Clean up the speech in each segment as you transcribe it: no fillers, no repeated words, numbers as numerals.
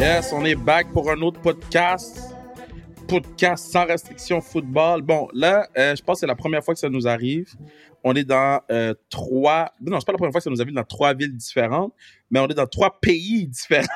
Yes, on est back pour un autre podcast. Podcast sans restriction football. Bon, là, je pense que c'est la première fois que ça nous arrive. On est dans trois... Non, c'est pas la première fois que ça nous arrive dans 3 villes différentes, mais on est dans 3 pays différents.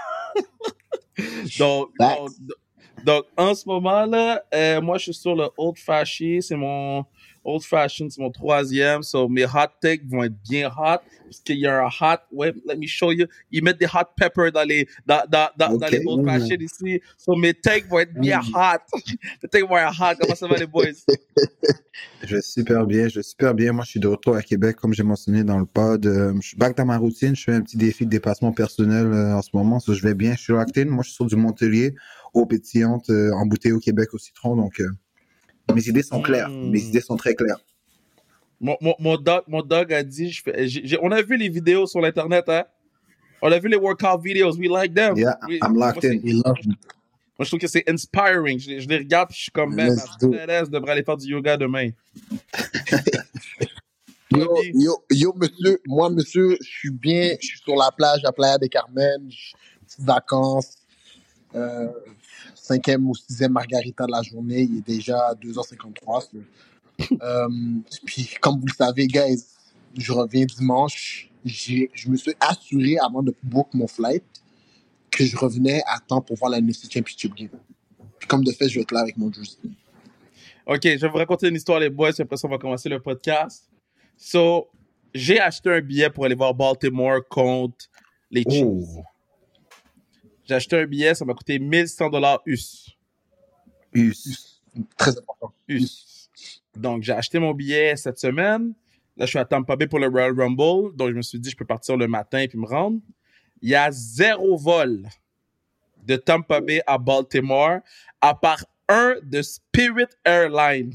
donc, en ce moment-là, moi, je suis sur le Old Fashioned. C'est mon Old Fashioned, c'est mon 3e. So, mes hot takes vont être bien hot. Parce qu'il y a un hot... Wait, let me show you. Ils mettent des hot peppers dans les Old Fashioned ici. So, mes takes vont être bien hot. Les takes vont être hot. Comment ça va, les boys? Je vais super bien. Moi, je suis de retour à Québec, comme j'ai mentionné dans le pod. Je suis back dans ma routine. Je fais un petit défi de dépassement personnel en ce moment. So, je vais bien. Je suis locked in. Moi, je suis sur du Montelier, eau pétillante, en bouteille au Québec au citron. Donc, mes idées sont claires. Mes idées sont très claires. Mon dog a dit, on a vu les vidéos sur l'Internet, hein? On a vu les workout videos. We like them. Yeah, I'm locked in. Moi, je trouve que c'est inspiring. Je les regarde et je suis comme, man, je devrais aller faire du yoga demain. Yo, monsieur. Moi, monsieur, je suis bien. Je suis sur la plage à Playa del Carmen. Petites vacances. 5e ou 6e margarita de la journée. Il est déjà 2h53. Puis, comme vous le savez, guys, je reviens dimanche. Je me suis assuré avant de book mon flight que je revenais à temps pour voir la NFC Championship Game. Puis, comme de fait, je vais être là avec mon jersey. OK, je vais vous raconter une histoire, les boys, puis après ça, on va commencer le podcast. So, j'ai acheté un billet pour aller voir Baltimore contre les Chiefs. J'ai acheté un billet, ça m'a coûté $1,100 US. Très important. US. Donc, j'ai acheté mon billet cette semaine. Là, je suis à Tampa Bay pour le Royal Rumble. Donc, je me suis dit, je peux partir le matin et puis me rendre. Il y a 0 vol de Tampa Bay à Baltimore, à part un de Spirit Airlines.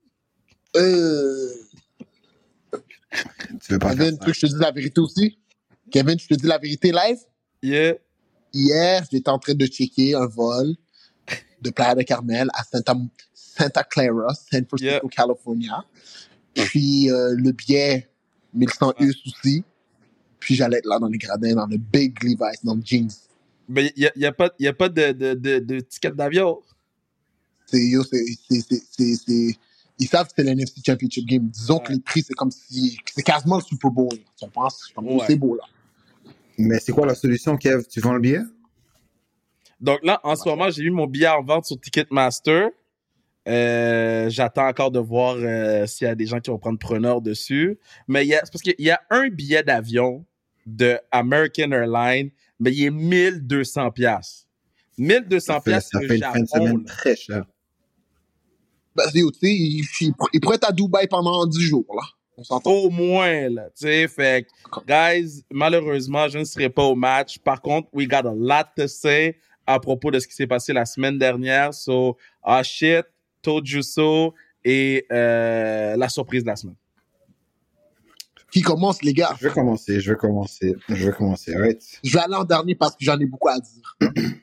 Tu veux pas Kevin, tu veux que je te dise la vérité aussi? Kevin, je te dis la vérité live? Yeah. Hier, j'étais en train de checker un vol de Playa del Carmel à Santa Clara, San Francisco, California. Puis le billet, 1100 US aussi. Puis j'allais être là dans les gradins, dans le Big Levi's, dans le jeans. Mais il n'y a pas de ticket d'avion. Ils savent que c'est l'NFC Championship Game. Disons que les prix, c'est comme si... C'est quasiment le Super Bowl. Tu penses? C'est beau, là. Mais c'est quoi la solution, Kev? Tu vends le billet? Donc là, en ce moment, j'ai mis mon billet en vente sur Ticketmaster. J'attends encore de voir s'il y a des gens qui vont prendre preneur dessus. Mais c'est parce qu'il y a un billet d'avion de American Airlines, mais il est 1200 $. 1200 $, ça fait une fin de semaine très chère. Ben, tu sais, il pourrait être à Dubaï pendant 10 jours, là. On s'entend. Au moins, là. Tu sais, fait guys, malheureusement, je ne serai pas au match. Par contre, we got a lot to say à propos de ce qui s'est passé la semaine dernière. So, shit, told you so, et la surprise de la semaine. Qui commence, les gars? Je vais commencer, right? Je vais aller en dernier parce que j'en ai beaucoup à dire.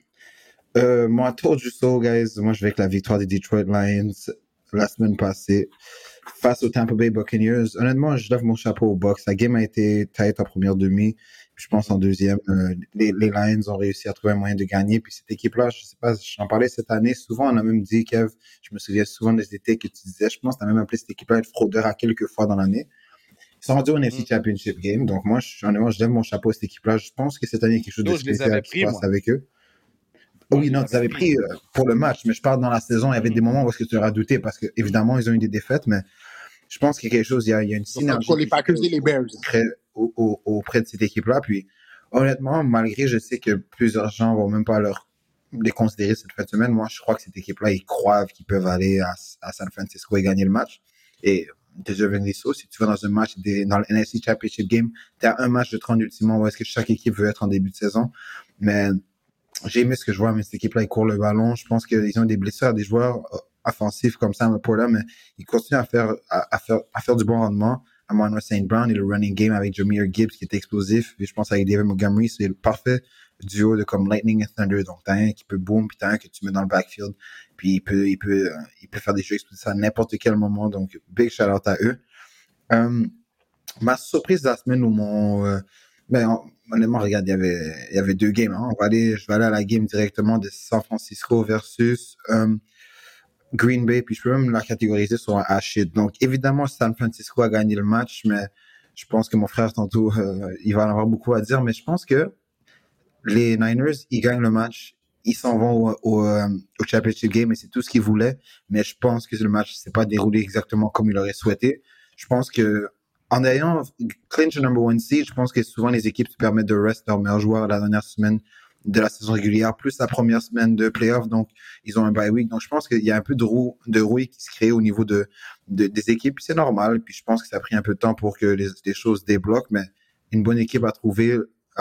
Moi, told you so, guys. Moi, je vais avec la victoire des Detroit Lions la semaine passée face aux Tampa Bay Buccaneers. Honnêtement, je lève mon chapeau aux Bucs. La game a été tight en première demi. Puis je pense en deuxième, les Lions ont réussi à trouver un moyen de gagner. Puis cette équipe-là, je sais pas, j'en parlais cette année. Souvent, on a même dit, Kev, je me souviens souvent des étés que tu disais, je pense que tu as même appelé cette équipe-là être fraudeur à quelques fois dans l'année. Ils sont rendus au NFC Championship Game. Donc moi, je lève mon chapeau à cette équipe-là. Je pense que cette année, il y a quelque chose de spécial qui se passe avec eux. Oui, non, tu avais pris pour le match, mais je parle dans la saison, il y avait des moments où est-ce que tu auras douté parce que évidemment ils ont eu des défaites, mais je pense qu'il y a quelque chose, il y a une synergie pour les Packers et les Bears auprès de cette équipe-là. Puis honnêtement, malgré je sais que plusieurs gens vont même pas les considérer cette fin de semaine, moi je crois que cette équipe-là, ils croient qu'ils peuvent aller à San Francisco et gagner le match. Et deservingly so, si tu vas dans un match dans le NFC Championship Game, tu as un match de 30 ultimement où est-ce que chaque équipe veut être en début de saison, mais j'ai aimé ce que je vois, mais cette équipe-là, ils courent le ballon. Je pense qu'ils ont des blessures à des joueurs offensifs comme Sam Laporta, mais ils continuent à faire du bon rendement. Amon St. Brown et le running game avec Jahmyr Gibbs qui est explosif. Et je pense avec David Montgomery, c'est le parfait duo de comme Lightning et Thunder. Donc, t'as un qui peut boom, puis t'as un que tu mets dans le backfield. Puis il peut faire des jeux explosifs à n'importe quel moment. Donc, big shout out à eux. Ma surprise de la semaine ou Honnêtement, regarde, il y avait 2 games. Hein. Je vais aller à la game directement de San Francisco versus Green Bay, puis je peux même la catégoriser sur un H-hit. Donc, évidemment, San Francisco a gagné le match, mais je pense que mon frère, tantôt, il va en avoir beaucoup à dire, mais je pense que les Niners, ils gagnent le match, ils s'en vont au championship game et c'est tout ce qu'ils voulaient, mais je pense que le match s'est pas déroulé exactement comme il aurait souhaité. Je pense que en ayant clinch le number one seed, je pense que souvent les équipes se permettent de rest leurs meilleurs joueurs la dernière semaine de la saison régulière, plus la première semaine de playoff, donc ils ont un bye week. Donc je pense qu'il y a un peu de rouille qui se crée au niveau des équipes, puis c'est normal, puis je pense que ça a pris un peu de temps pour que les choses débloquent, mais une bonne équipe a trouvé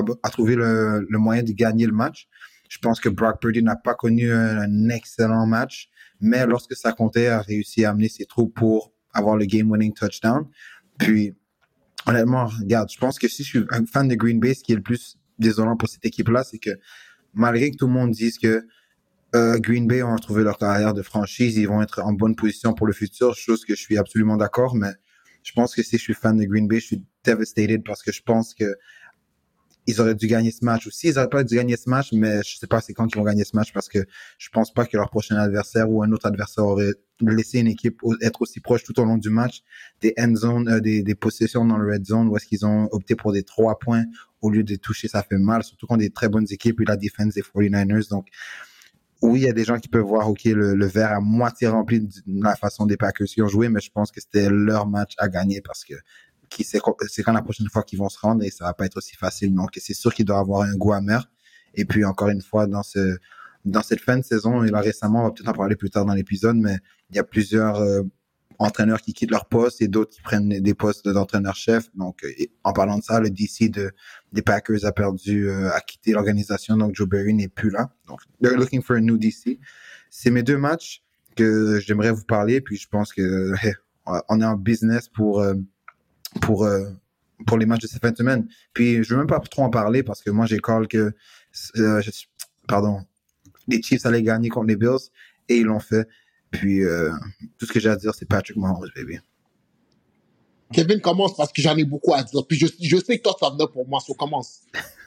le moyen de gagner le match. Je pense que Brock Purdy n'a pas connu un excellent match, mais lorsque ça comptait, a réussi à amener ses troupes pour avoir le game-winning touchdown. Puis, honnêtement, regarde, je pense que si je suis un fan de Green Bay, ce qui est le plus désolant pour cette équipe-là, c'est que malgré que tout le monde dise que Green Bay ont retrouvé leur carrière de franchise, ils vont être en bonne position pour le futur, chose que je suis absolument d'accord, mais je pense que si je suis fan de Green Bay, je suis devastated parce que je pense que ils auraient dû gagner ce match aussi. Ils n'auraient pas dû gagner ce match, mais je sais pas c'est quand ils vont gagner ce match parce que je pense pas que leur prochain adversaire ou un autre adversaire aurait laissé une équipe être aussi proche tout au long du match des end zones, des possessions dans le red zone où est-ce qu'ils ont opté pour des 3 points au lieu de toucher, ça fait mal, surtout contre des très bonnes équipes et la défense des 49ers. Donc, oui, il y a des gens qui peuvent voir, OK, le verre à moitié rempli de la façon des Packers qui ont joué, mais je pense que c'était leur match à gagner parce que c'est quand la prochaine fois qu'ils vont se rendre et ça va pas être aussi facile. Donc, c'est sûr qu'il doit avoir un goût amer. Et puis, encore une fois, dans cette fin de saison, et là, récemment, on va peut-être en parler plus tard dans l'épisode, mais il y a plusieurs entraîneurs qui quittent leur poste et d'autres qui prennent des postes d'entraîneur-chef. Donc, en parlant de ça, le DC des Packers a quitté l'organisation. Donc, Joe Barry n'est plus là. Donc, they're looking for a new DC. C'est mes 2 matchs que j'aimerais vous parler. Puis, je pense que on est en business pour les matchs de cette fin de semaine. Puis, je veux même pas trop en parler parce que moi, j'ai call que, les Chiefs allaient gagner contre les Bills et ils l'ont fait. Puis, tout ce que j'ai à dire, c'est Patrick Mahomes, baby. Kevin, commence parce que j'en ai beaucoup à dire. Puis, je sais que toi, tu vas venir pour moi, so commence.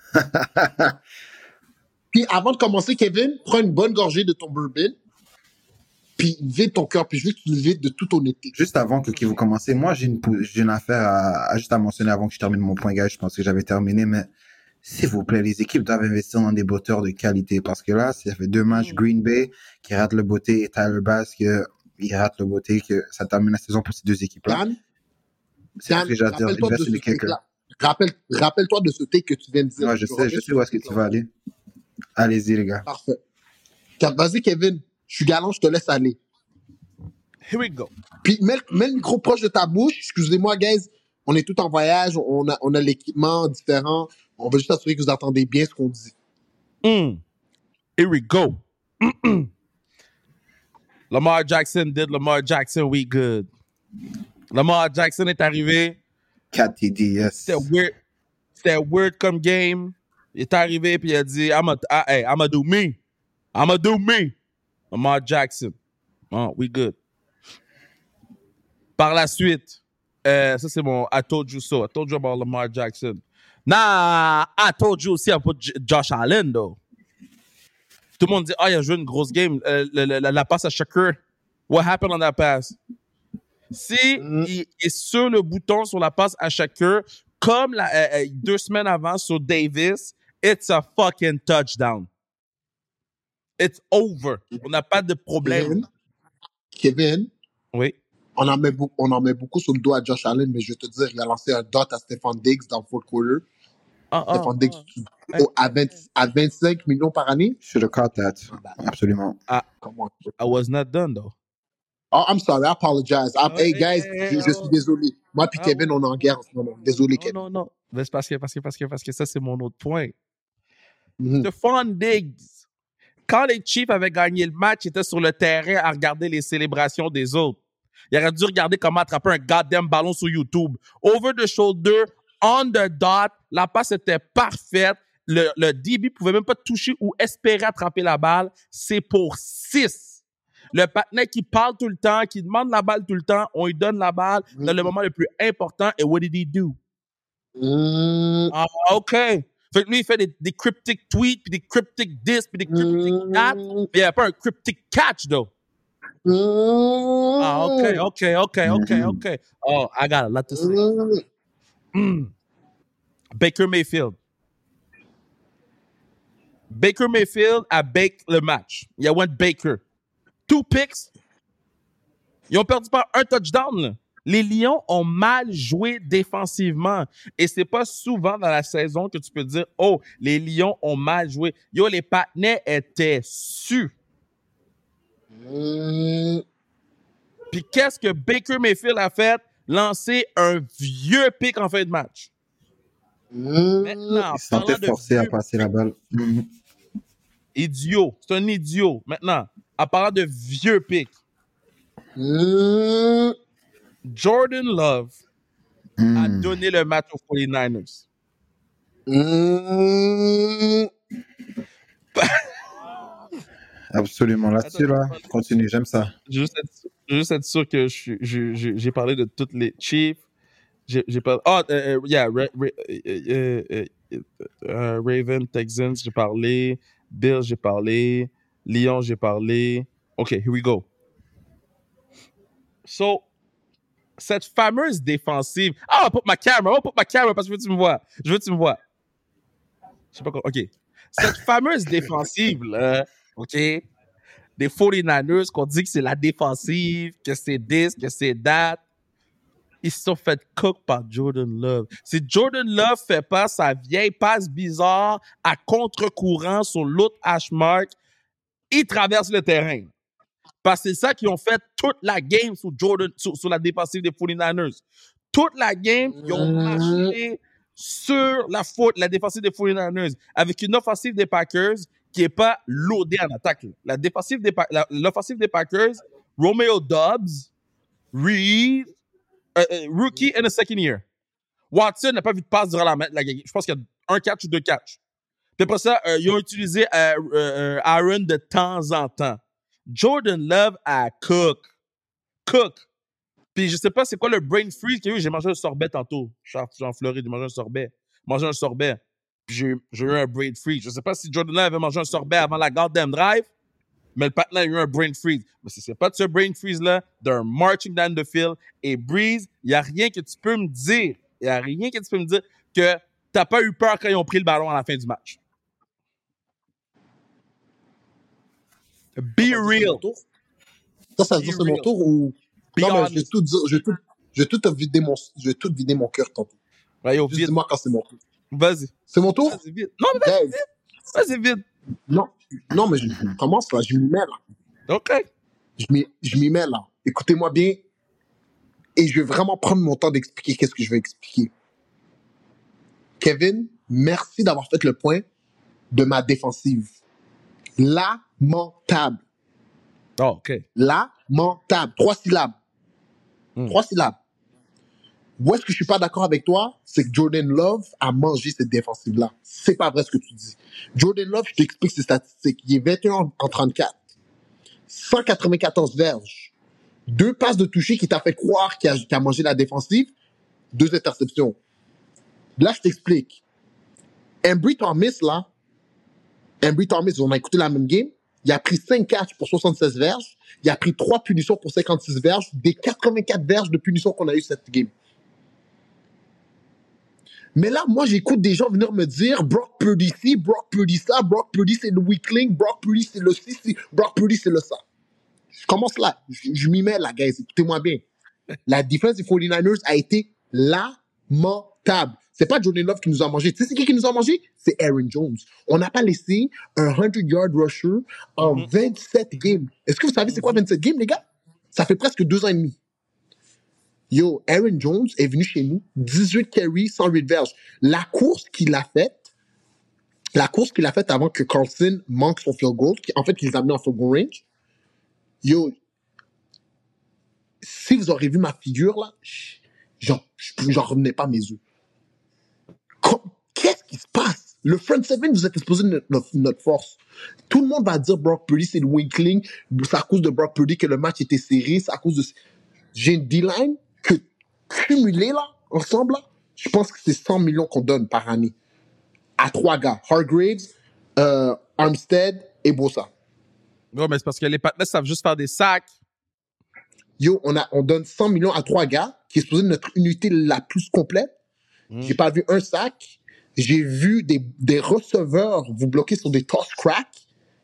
Puis, avant de commencer, Kevin, prends une bonne gorgée de ton bourbon. Puis, vide ton cœur. Puis, je veux que tu le vides de toute honnêteté. Juste avant que vous commencez, moi, j'ai une affaire à mentionner avant que je termine mon point, gars. Je pense que j'avais terminé, mais s'il vous plaît, les équipes doivent investir dans des botteurs de qualité parce que là, ça fait 2 matchs Green Bay qui rate le beauté et Tyler Bass qui rate le beauté, que ça termine la saison pour ces 2 équipes-là. C'est ce que j'ai à dire. Rappelle-toi de ce take que tu viens de dire. Ouais, je sais où est-ce que tu vas aller. Allez-y, les gars. Parfait. Vas-y, Kevin. Je suis galant, je te laisse aller. Here we go. Puis, mets le micro proche de ta bouche. Excusez-moi, guys. On est tous en voyage. On a l'équipement différent. On veut juste assurer que vous entendez bien ce qu'on dit. Here we go. Lamar Jackson did Lamar Jackson, we good. Lamar Jackson est arrivé. 4 TD, yes. C'était weird comme game. Il est arrivé puis il a dit, I'ma do me. I'ma do me. Lamar Jackson. Oh, we good. Par la suite, ça c'est mon I told you so. I told you about Lamar Jackson. Nah, I told you aussi about Josh Allen, though. Tout le monde dit, il a joué une grosse game. La passe à Shakur. What happened on that pass? Si il est sur le bouton sur la passe à Shakur, comme 2 semaines avant sur Davis, it's a fucking touchdown. It's over. On n'a pas de problème. Kevin, oui. On en met beaucoup sur le dos à Josh Allen, mais je vais te dire, il a lancé un dot à Stephon Diggs dans le fourth quarter. Stephon Diggs à 25 millions par année. Should have caught that. Absolument. I was not done, though. Oh, I'm sorry, I apologize. Hey, guys, je suis désolé. Moi puis Kevin, on est en guerre en ce moment. Désolé, Kevin. Non. Mais c'est parce que ça, c'est mon autre point. Stephon Diggs, quand les Chiefs avaient gagné le match, ils étaient sur le terrain à regarder les célébrations des autres. Il aurait dû regarder comment attraper un goddamn ballon sur YouTube. Over the shoulder, on the dot, la passe était parfaite. Le DB pouvait même pas toucher ou espérer attraper la balle. C'est pour 6. Le partenaire qui parle tout le temps, qui demande la balle tout le temps, on lui donne la balle dans le moment le plus important. Et what did he do? Mm, Ah, OK. Fait que lui, il fait des cryptic tweets, puis des cryptic this, puis des cryptic that. mm, Mais il n'y a pas un cryptic catch, though. Ah, OK, mm, OK, OK, OK, OK. Oh, I got a lot to say. Baker Mayfield. Baker Mayfield a bake le match. Il a went Baker. 2 picks. Ils ont perdu par un touchdown, là. Les Lions ont mal joué défensivement. Et c'est pas souvent dans la saison que tu peux dire, oh, les Lions ont mal joué. Yo, les partenaires étaient su. mm, Puis qu'est-ce que Baker Mayfield a fait? Lancer un vieux pick en fin de match. Maintenant, Il se sentait parlant de forcé à vieux passer la balle. idiot, c'est un idiot. Maintenant, en parlant de vieux pick, mm, Jordan Love a Mm. donné le match aux 49ers. mm. Absolument. Là-dessus, Attends, là, continue, j'aime ça. Je veux juste être sûr que j'ai parlé de toutes les Chiefs. J'ai parlé. Ah, yeah, Raven, Texans, j'ai parlé. Bills, j'ai parlé. Lions, j'ai parlé. OK, here we go. So, cette fameuse défensive. Ah, on put ma caméra parce que je veux que tu me vois. Je veux que tu me vois. Je sais pas quoi. OK. Cette fameuse défensive, là, OK, des 49ers, qu'on dit que c'est la défensive, que c'est this, que c'est that. Ils se sont fait cook par Jordan Love. Si Jordan Love fait pas sa vieille passe bizarre à contre-courant sur l'autre hash mark, il traverse le terrain. Parce que c'est ça qu'ils ont fait toute la game sur la défensive des 49ers. Toute la game, ils ont marché sur la défensive des 49ers avec une offensive des Packers qui est pas loadée en attaque. L'offensive des Packers, Romeo Doubs, Reed, rookie in the second year. Watson n'a pas vu de passe durant la game. Je pense qu'il y a un catch ou 2 catchs. Puis après ça, ils ont utilisé Aaron de temps en temps. Jordan Love a cook. Puis je sais pas c'est quoi le brain freeze qu'il y a eu. J'ai mangé un sorbet tantôt. Je suis en Floride, j'ai mangé un sorbet. Puis j'ai eu un brain freeze. Je sais pas si Jordan Love avait mangé un sorbet avant la goddamn drive, mais le patin a eu un brain freeze. Mais si c'est pas de ce brain freeze-là, d'un marching down the field, et Breeze, il n'y a rien que tu peux me dire. Que t'as pas eu peur quand ils ont pris le ballon à la fin du match. Be real. Ça veut dire c'est mon tour ou. Be Non, mais honest. je vais tout dire. Je vais tout vider mon cœur tantôt. Ouais, yo, Juste vite. dis-moi quand c'est mon tour. Vas-y. C'est mon tour? Vas-y, vite. Non, mais vas-y, Guys, vite. Vas-y, vite. non, mais je commence là, je m'y mets là. OK. Je m'y mets là. Écoutez-moi bien. Et je vais vraiment prendre mon temps d'expliquer qu'est-ce que je vais expliquer. Kevin, merci d'avoir fait le point de ma défensive. Lamentable. Oh, OK. Lamentable. 3 syllabes. Mm. 3 syllabes. Où est-ce que je suis pas d'accord avec toi? C'est que Jordan Love a mangé cette défensive-là. C'est pas vrai ce que tu dis. Jordan Love, je t'explique ses statistiques. Il est 21 en 34. 194 verges. 2 passes de toucher qui t'a fait croire qu'il a mangé la défensive. 2 interceptions. Là, je t'explique. Ambry Thomas, on a écouté la même game. Il a pris 5 catchs pour 76 verges. Il a pris 3 punitions pour 56 verges. Des 84 verges de punitions qu'on a eu cette game. Mais là, moi, j'écoute des gens venir me dire Brock Purdy ci, Brock Purdy ça, Brock Purdy c'est le weakling, Brock Purdy c'est le ci, Brock Purdy c'est le ça. Je commence là. Je m'y mets là, guys. Écoutez-moi bien. La défense des 49ers a été lamentable. C'est pas Jordan Love qui nous a mangé. Tu sais, c'est qui nous a mangé? C'est Aaron Jones. On n'a pas laissé un 100-yard rusher en 27 games. Est-ce que vous savez c'est quoi 27 games, les gars? Ça fait presque 2 ans et demi. Yo, Aaron Jones est venu chez nous, 18 carries, 108 verges. La course qu'il a faite avant que Carlson manque son field goal, en fait, qu'il les a mis en field goal range. Yo, si vous aurez vu ma figure, là, j'en revenais pas mes yeux. Qu'est-ce qui se passe? Le front seven, vous êtes exposé notre force. Tout le monde va dire Brock Purdy, c'est le weakling. C'est à cause de Brock Purdy que le match était serré. C'est à cause de... J'ai une D-line que cumulée, là, ensemble, là. Je pense que c'est 100 millions qu'on donne par année à 3 gars. Hargraves, Armstead et Bosa. Ouais, mais c'est parce que les partenaires savent juste faire des sacs. Yo, on donne 100 millions à 3 gars, qui est supposé notre unité la plus complète. J'ai pas vu un sac. J'ai vu des receveurs vous bloquer sur des toss cracks.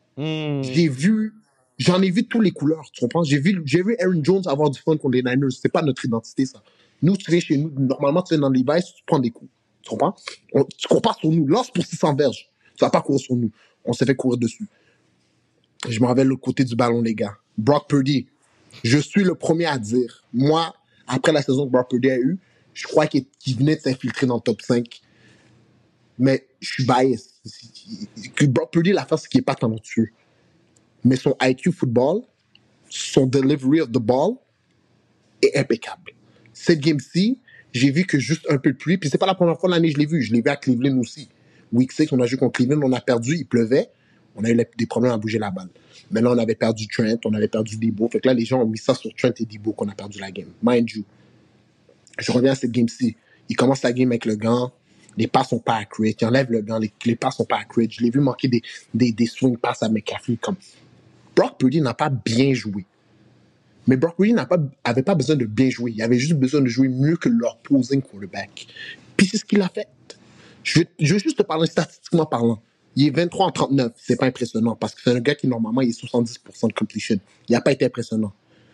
J'en ai vu tous les couleurs, tu comprends? J'ai vu Aaron Jones avoir du fun contre les Niners. C'est pas notre identité, ça. Nous, tu viens chez nous, normalement, tu viens dans les Levi's, tu prends des coups. Tu comprends? Tu cours pas sur nous. Lance pour 600 verges. Tu vas pas courir sur nous. On s'est fait courir dessus. Je me rappelle l'autre côté du ballon, les gars. Brock Purdy. Je suis le premier à dire, moi, après la saison que Brock Purdy a eue, je crois qu'il venait de s'infiltrer dans le top 5. Mais je suis biased. Brock Purdy, l'affaire, c'est qu'il n'est pas talentueux. Mais son IQ football, son delivery of the ball est impeccable. Cette game-ci, j'ai vu que juste un peu de pluie, puis c'est pas la première fois de l'année que je l'ai vu à Cleveland aussi. Week 6, on a joué contre Cleveland, on a perdu, il pleuvait, on a eu des problèmes à bouger la balle. Mais là, on avait perdu Trent, on avait perdu Debo, fait que là, les gens ont mis ça sur Trent et Debo qu'on a perdu la game. Mind you, je reviens à cette game-ci. Il commence la game avec le gant, les passes sont pas accurate, il enlève le gant, les passes sont pas accurate. Je l'ai vu manquer des swing passes à McCaffrey comme... Brock Purdy n'a pas bien joué. Mais Brock Purdy avait pas besoin de bien jouer. Il avait juste besoin de jouer mieux que leur posing quarterback. Puis c'est ce qu'il a fait. Je vais juste te parler statistiquement parlant. Il est 23 en 39. C'est pas impressionnant parce que c'est un gars qui, normalement, il est 70% de completion. Il n'a pas été impressionnant.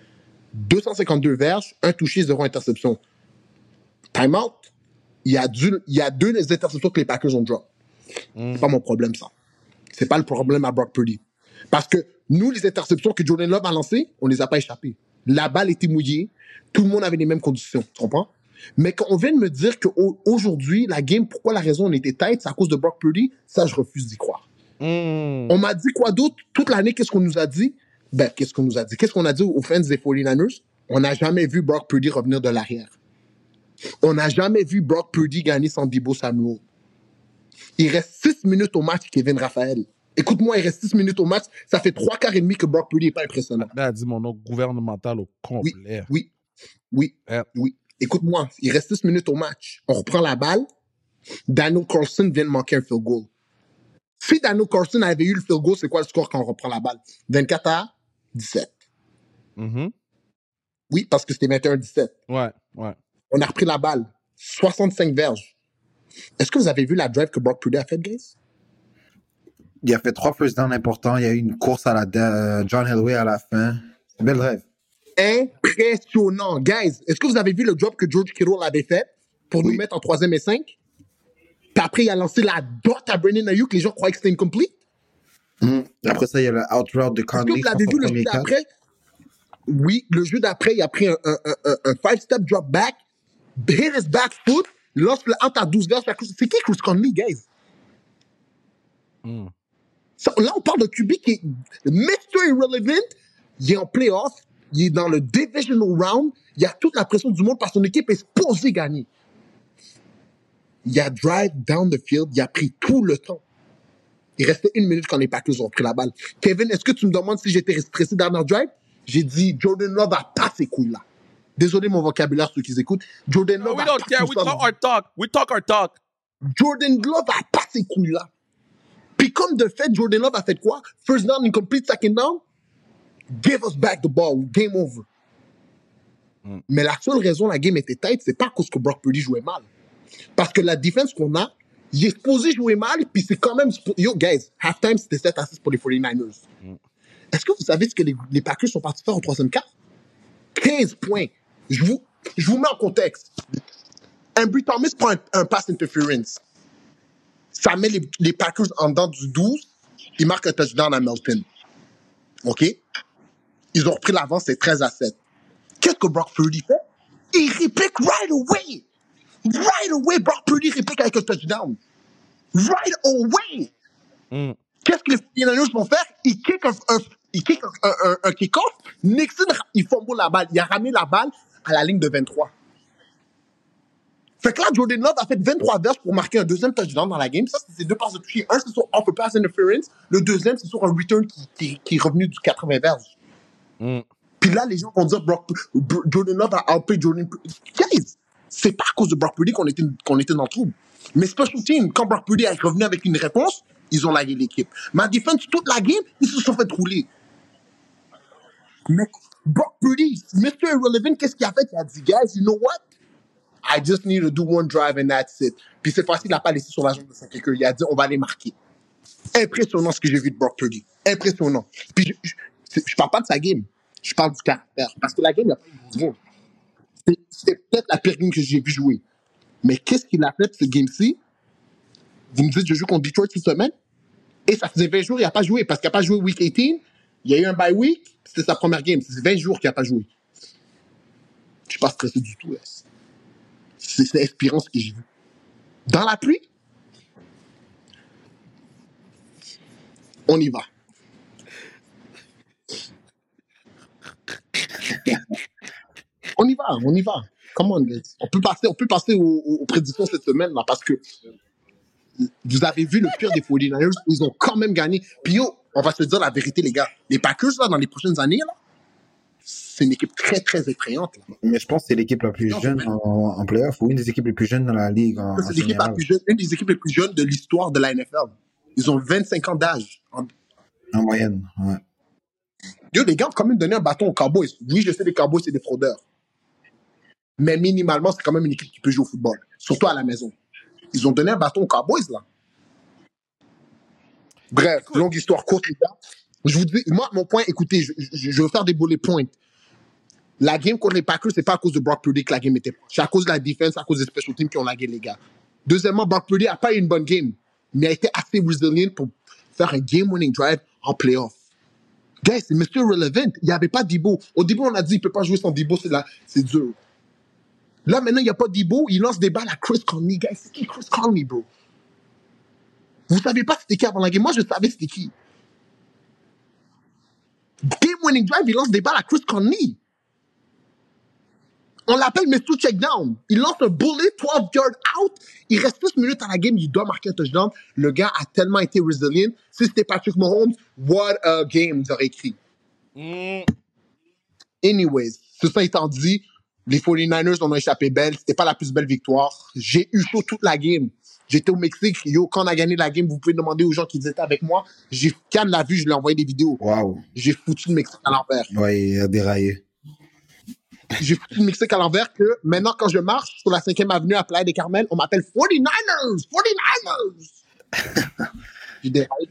252 verges, 1 touché, 0 interception. Timeout, il y a 2 interceptions que les Packers ont drop. C'est pas mon problème, ça. C'est pas le problème à Brock Purdy. Parce que nous, les interceptions que Jordan Love a lancées, on les a pas échappées. La balle était mouillée. Tout le monde avait les mêmes conditions. Tu comprends? Mais quand on vient de me dire qu'aujourd'hui, la game, pourquoi la raison on était tight, c'est à cause de Brock Purdy, ça, je refuse d'y croire. On m'a dit quoi d'autre? Toute l'année, qu'est-ce qu'on nous a dit? Qu'est-ce qu'on nous a dit? Qu'est-ce qu'on a dit aux fans des 49ers? On n'a jamais vu Brock Purdy revenir de l'arrière. On n'a jamais vu Brock Purdy gagner sans Debo Samuel. Il reste 6 minutes au match, Kevin Raphaël. Écoute-moi, il reste 6 minutes au match. Ça fait 3 quarts et demi que Brock Purdy n'est pas impressionnant. Ben, a dit mon nom gouvernemental au complet. Oui. Écoute-moi, il reste 6 minutes au match. On reprend la balle. Daniel Carlson vient de manquer un field goal. Si Daniel Carlson avait eu le field goal, c'est quoi le score quand on reprend la balle? 24-17. Oui, parce que c'était 21-17. Ouais. On a repris la balle. 65 verges. Est-ce que vous avez vu la drive que Brock Purdy a faite, guys? Il a fait 3 first downs importants. Il y a eu une course à la John Elway à la fin. Belle drive. Impressionnant. Guys, est-ce que vous avez vu le drop que George Kittle avait fait pour nous mettre en 3e et 5? Puis après, il a lancé la dot à Brandon Ayuk. Les gens croyaient que c'était incomplete. Après ça, il y a le out route de Conley. Est-ce que vous l'avez vu le jeu d'après? Oui, le jeu d'après, il a pris un 5-step drop back, hit his back foot, lance le out à 12 verges. C'est qui Chris Conley, guys? Là, on parle de QB qui est Mr. Irrelevant. Il est en playoff. Il est dans le divisional round. Il y a toute la pression du monde parce que son équipe est supposée gagner. Il a drive down the field. Il a pris tout le temps. Il restait 1 minute quand les Packers ont pris la balle. Kevin, est-ce que tu me demandes si j'étais stressé dans notre drive? J'ai dit, Jordan Love a pas ces couilles-là. Désolé mon vocabulaire, ceux qui écoutent. Jordan Love We don't care. We talk our talk. We talk our talk. Jordan Love a pas ces couilles-là. Puis comme de fait, Jordan Love a fait quoi? First down, incomplete, second down. Give us back the ball. Game over. Mais la seule raison la game était tight, c'est pas à cause que Brock Purdy jouait mal. Parce que la défense qu'on a, il est supposé jouer mal, puis c'est quand même... Yo, guys, halftime, c'était 7-6 pour les 49ers. Est-ce que vous savez ce que les Packers sont partis faire au 3e quart? 15 points. Je vous mets en contexte. Ambry Thomas prend un pass interference. Ça met les Packers en dedans du 12. Ils marquent un touchdown à Melton. OK? Ils ont repris l'avance, c'est 13-7. Qu'est-ce que Brock Purdy fait? Il réplique right away. Right away, Brock Purdy réplique avec un touchdown. Right away. Qu'est-ce que les 49ers vont faire? Ils kick un kick-off. Nixon, il fumble la balle. Il a ramené la balle à la ligne de 23. Fait que là, Jordan Love a fait 23 verges pour marquer un deuxième touchdown dans la game. Ça, c'est 2 passes de toucher. Un, c'est sur off pass interference. Le deuxième, c'est sur un return qui est revenu du 80 verges. Puis là, les gens vont dire Jordan Love a outplayed Jordan. Guys, c'est pas à cause de Brock Purdy qu'on était dans le trouble. Mais special team, quand Brock Purdy est revenu avec une réponse, ils ont lagué l'équipe. Ma défense, toute la game, ils se sont fait rouler. Mais Brock Purdy, Mr. Irrelevant, qu'est-ce qu'il a fait? Il a dit, guys, you know what? I just need to do one drive and that's it. Puis cette fois-ci, il n'a pas laissé sur la jambe de son kicker. Il a dit, on va les marquer. Impressionnant ce que j'ai vu de Brock Purdy. Impressionnant. Puis je parle pas de sa game. Je parle du caractère. Parce que la game, il n'y a pas eu de grosse game. C'est peut-être la pire game que j'ai vu jouer. Mais qu'est-ce qu'il a fait, ce game-ci? Vous me dites, je joue contre Detroit cette semaine? Et ça faisait 20 jours, il n'a pas joué. Parce qu'il n'a pas joué week 18. Il y a eu un bye week. C'était sa première game. C'est 20 jours qu'il n'a pas joué. Je ne suis pas stressé du tout. C'est inspirant ce que j'ai vu. Dans la pluie, on y va. On y va. Come on, guys. On peut passer aux prédictions cette semaine, là, parce que vous avez vu le pire des 49ers, ils ont quand même gagné. Puis yo, on va se dire la vérité, les gars. Les Packers, là, dans les prochaines années, là, c'est une équipe très, très effrayante. Là. Mais je pense que c'est l'équipe la plus jeune en playoff, ou une des équipes les plus jeunes dans la ligue. C'est l'équipe la plus jeune, une des équipes les plus jeunes de l'histoire de la NFL. Ils ont 25 ans d'âge. En moyenne, ouais. Yo, les gars ont quand même donné un bâton aux Cowboys. Oui, je sais, les Cowboys, c'est des fraudeurs. Mais minimalement, c'est quand même une équipe qui peut jouer au football. Surtout à la maison. Ils ont donné un bâton aux Cowboys, là. Bref, longue histoire courte, les gars. Je vous dis, moi, mon point, écoutez, je veux faire des bullet points. La game contre les Packers, c'est pas à cause de Brock Purdy que la game était. C'est à cause de la défense, à cause des special teams qui ont lagué les gars. Deuxièmement, Brock Purdy a pas eu une bonne game, mais a été assez resilient pour faire un game-winning drive en playoff. Guys, c'est Mr. Relevant. Il n'y avait pas Debo. Au début, on a dit qu'il ne peut pas jouer sans Debo, c'est dur. Là, maintenant, il n'y a pas Debo. Il lance des balles à Chris Conley. Guys, c'est qui Chris Conley, bro? Vous ne savez pas c'était qui avant la game. Moi, je savais c'était qui. Game-winning drive, il lance des balles à Chris Conley. On l'appelle Mr. Checkdown. Il lance un bullet, 12 yards out. Il reste 6 minutes à la game. Il doit marquer un touchdown. Le gars a tellement été resilient. Si c'était Patrick Mahomes, what a game, vous aurez écrit. Anyways, ceci étant dit, les 49ers ont échappé belle. C'était pas la plus belle victoire. J'ai eu chaud toute la game. J'étais au Mexique. Yo, quand on a gagné la game, vous pouvez demander aux gens qui étaient avec moi. Can l'a vu, je lui ai envoyé des vidéos. Wow. J'ai foutu le Mexique à l'envers. Ouais, il a déraillé. J'ai foutu le Mexique à l'envers que maintenant, quand je marche sur la 5e avenue à Playa des Carmel, on m'appelle 49ers! 49ers! J'ai déraillé.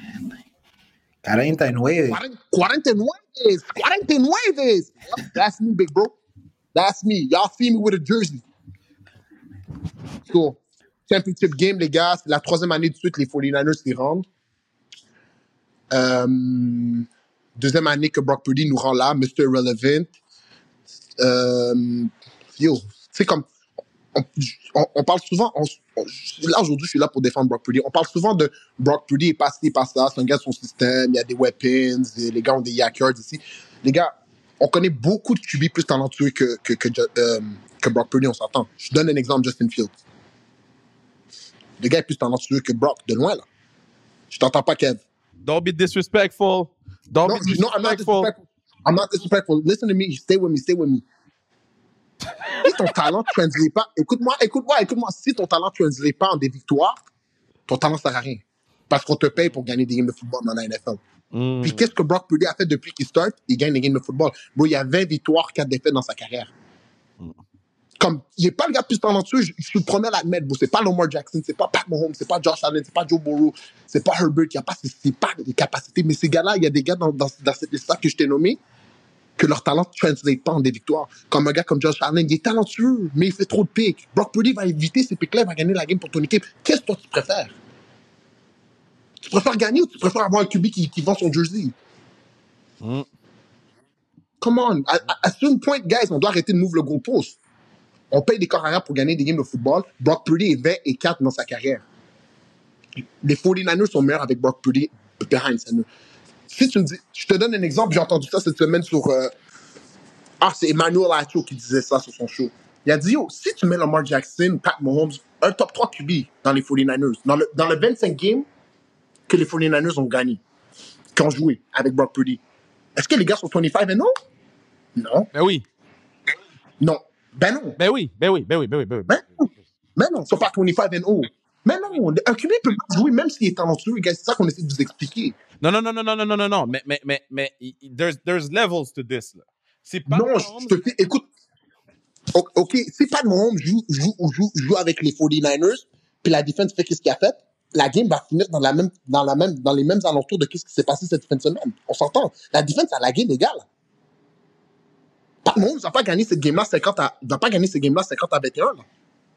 49. 49! 49! That's me, big bro. That's me. Y'all see me with a jersey. So, championship game, les gars. C'est la 3e année de suite, les 49ers s'y rendent. 2e année que Brock Purdy nous rend là, Mr. Irrelevant. Yo, c'est comme on parle souvent là aujourd'hui je suis là pour défendre Brock Purdy, on parle souvent de Brock Purdy est passé par ça, c'est un gars de son système, il y a des weapons, les gars ont des yak yards ici, les gars, on connaît beaucoup de QB plus talentueux que Brock Purdy, on s'entend. Je donne un exemple, Justin Fields, le gars est plus talentueux que Brock, de loin là. Je t'entends pas, Kev. Don't be disrespectful. Don't be disrespectful. No, I'm not disrespectful. I'm not disrespectful. Listen to me. Stay with me. Stay with me. Si ton talent ne translate pas, écoute-moi. Si ton talent ne translate pas en des victoires, ton talent ne sert à rien. Parce qu'on te paye pour gagner des games de football dans la NFL. Puis qu'est-ce que Brock Purdy a fait depuis qu'il start? Il gagne des games de football. Bro, il y a 20 victoires, 4 défaites dans sa carrière. Comme, il n'est pas le gars plus talentueux, je suis le premier à l'admettre. C'est pas Lamar Jackson, c'est pas Pat Mahomes, c'est pas Josh Allen, c'est pas Joe Burrow, c'est pas Herbert, il n'y a pas, c'est pas des capacités. Mais ces gars-là, il y a des gars dans cette liste-là que je t'ai nommé, que leur talent ne translate pas en des victoires. Comme un gars comme Josh Allen, il est talentueux, mais il fait trop de pics. Brock Purdy va éviter ces pics-là, il va gagner la game pour ton équipe. Qu'est-ce que toi tu préfères? Tu préfères gagner ou tu préfères avoir un QB qui vend son jersey? Come on. À ce point, guys, on doit arrêter de move le goalpost. On paye des corps arrière pour gagner des games de football. Brock Purdy est 20-4 dans sa carrière. Les 49ers sont meilleurs avec Brock Purdy behind center. Si tu me dis, je te donne un exemple, j'ai entendu ça cette semaine sur... c'est Emmanuel Acho qui disait ça sur son show. Il a dit, yo, si tu mets Lamar Jackson, Pat Mahomes, un top 3 QB dans les 49ers, dans le 25 games que les 49ers ont gagné, qui ont joué avec Brock Purdy, est-ce que les gars sont 25-0? Non. Ben oui. Non. Ben non. Ben oui. Ben non. Mais non, ils sont pas 25-0. Mais non, un QB peut pas jouer même s'il est talentueux, gars. C'est ça qu'on essaie de vous expliquer. Non. Mais there's levels to this, là. C'est pas Non, je te fais, écoute, OK, si Pat Mahomes joue avec les 49ers, puis la défense fait qu'est-ce qu'il a fait, la game va finir dans les mêmes alentours de qu'est-ce qui s'est passé cette fin de semaine. On s'entend. La défense a la game égale. Pat Mahomes va pas gagner cette game-là 50 à 21, là.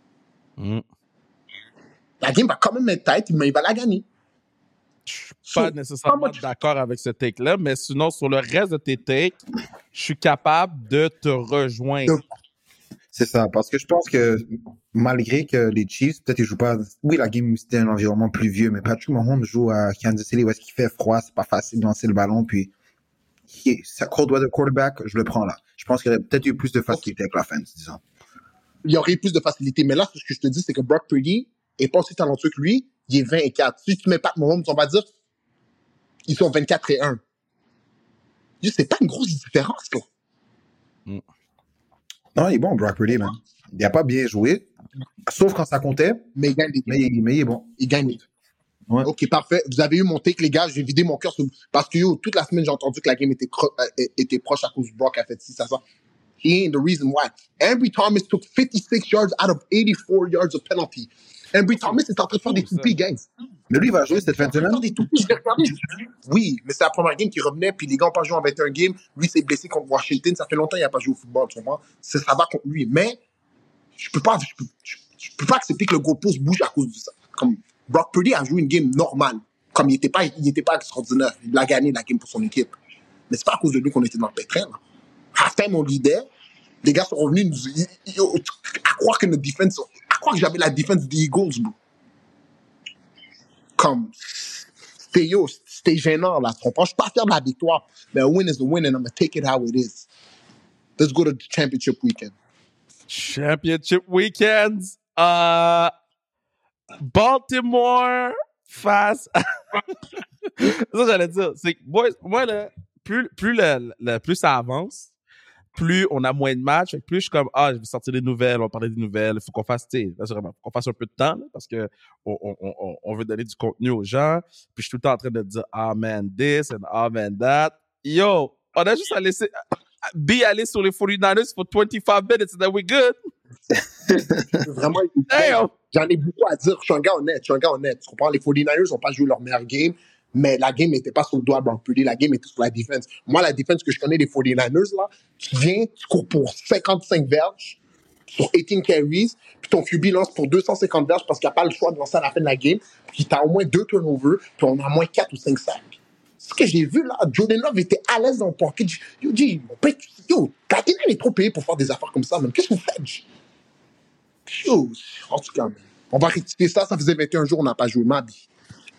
La game va quand même être tight, mais il va la gagner. Je suis pas nécessairement d'accord avec ce take-là, mais sinon, sur le reste de tes takes, je suis capable de te rejoindre. C'est ça, parce que je pense que malgré que les Chiefs, peut-être ils jouent pas... Oui, la game, c'était un environnement pluvieux, mais Patrick Mahomes joue à Kansas City où est-ce qu'il fait froid, c'est pas facile de lancer le ballon, puis c'est un cold weather quarterback, je le prends là. Je pense qu'il y aurait peut-être eu plus de facilité avec l'offense, disons. Il y aurait eu plus de facilité, mais là, ce que je te dis, c'est que Brock Purdy est pas aussi talentueux que lui, il est 20-4. Si tu mets Pat Mahomes, on va dire, ils sont 24-1. C'est pas une grosse différence, là. Non, il est bon, Brock Purdy, man. Il a pas bien joué, sauf quand ça comptait. Mais il gagne. Mais il est bon. Il gagne. Ouais. OK, parfait. Vous avez eu mon take, les gars. J'ai vidé mon cœur parce que toute la semaine, j'ai entendu que la game était proche à cause de Brock a fait 6 à ça. He ain't the reason why. Ambry Thomas took 56 yards out of 84 yards of penalty. Ambry Thomas est en train de faire des toupies, guys. Mais lui, il va jouer cette fin de semaine. Oui, mais c'est la première game qui revenait, puis les gars n'ont pas joué en 21 games. Lui s'est blessé contre Washington. Ça fait longtemps qu'il n'a pas joué au football, tu vois. Ça va contre lui. Mais je peux pas accepter que le goalpost bouge à cause de ça. Comme Brock Purdy a joué une game normale. Comme il était pas extraordinaire. Il a gagné la game pour son équipe. Mais c'est pas à cause de lui qu'on était dans le pétrin, là. Halftime, on leader. Les gars sont revenus à croire que notre défense, à croire que j'avais la défense des Eagles, bro. Comme, c'était gênant, là. Tu comprends? Je suis pas fier de la victoire. Mais a win is a win and I'm gonna take it how it is. Let's go to the championship weekend. Championship weekends. Baltimore face. Ça, j'allais dire. C'est que, boys, moi, là, plus ça avance, plus on a moins de matchs, plus je suis comme, je vais sortir des nouvelles, on va parler des nouvelles, il faut qu'on fasse, vraiment, faut qu'on fasse un peu de temps, là, parce que on veut donner du contenu aux gens, puis je suis tout le temps en train de dire, man, this, and man, that. Yo, on a juste à laisser B aller sur les 49ers for 25 minutes, and then we're good. Vraiment, j'en ai beaucoup à dire. Je suis un gars honnête. Tu comprends? Les 49ers n'ont pas joué leur meilleure game, mais la game n'était pas sur le doigt de Brock Purdy. La game était sur la défense. Moi, la défense que je connais des 49ers, là, tu cours pour 55 verges sur 18 carries, puis ton QB lance pour 250 verges parce qu'il n'y a pas le choix de lancer à la fin de la game, puis tu as au moins 2 turnovers, puis on a au moins 4 ou 5 sacs. Ce que j'ai vu, là, Jordan Love était à l'aise dans le pocket. Katina est trop payé pour faire des affaires comme ça, même. Qu'est-ce que vous faites? Yo, en tout cas, on va rectifier ça. Ça faisait 21 jours, on n'a pas joué. Mabi.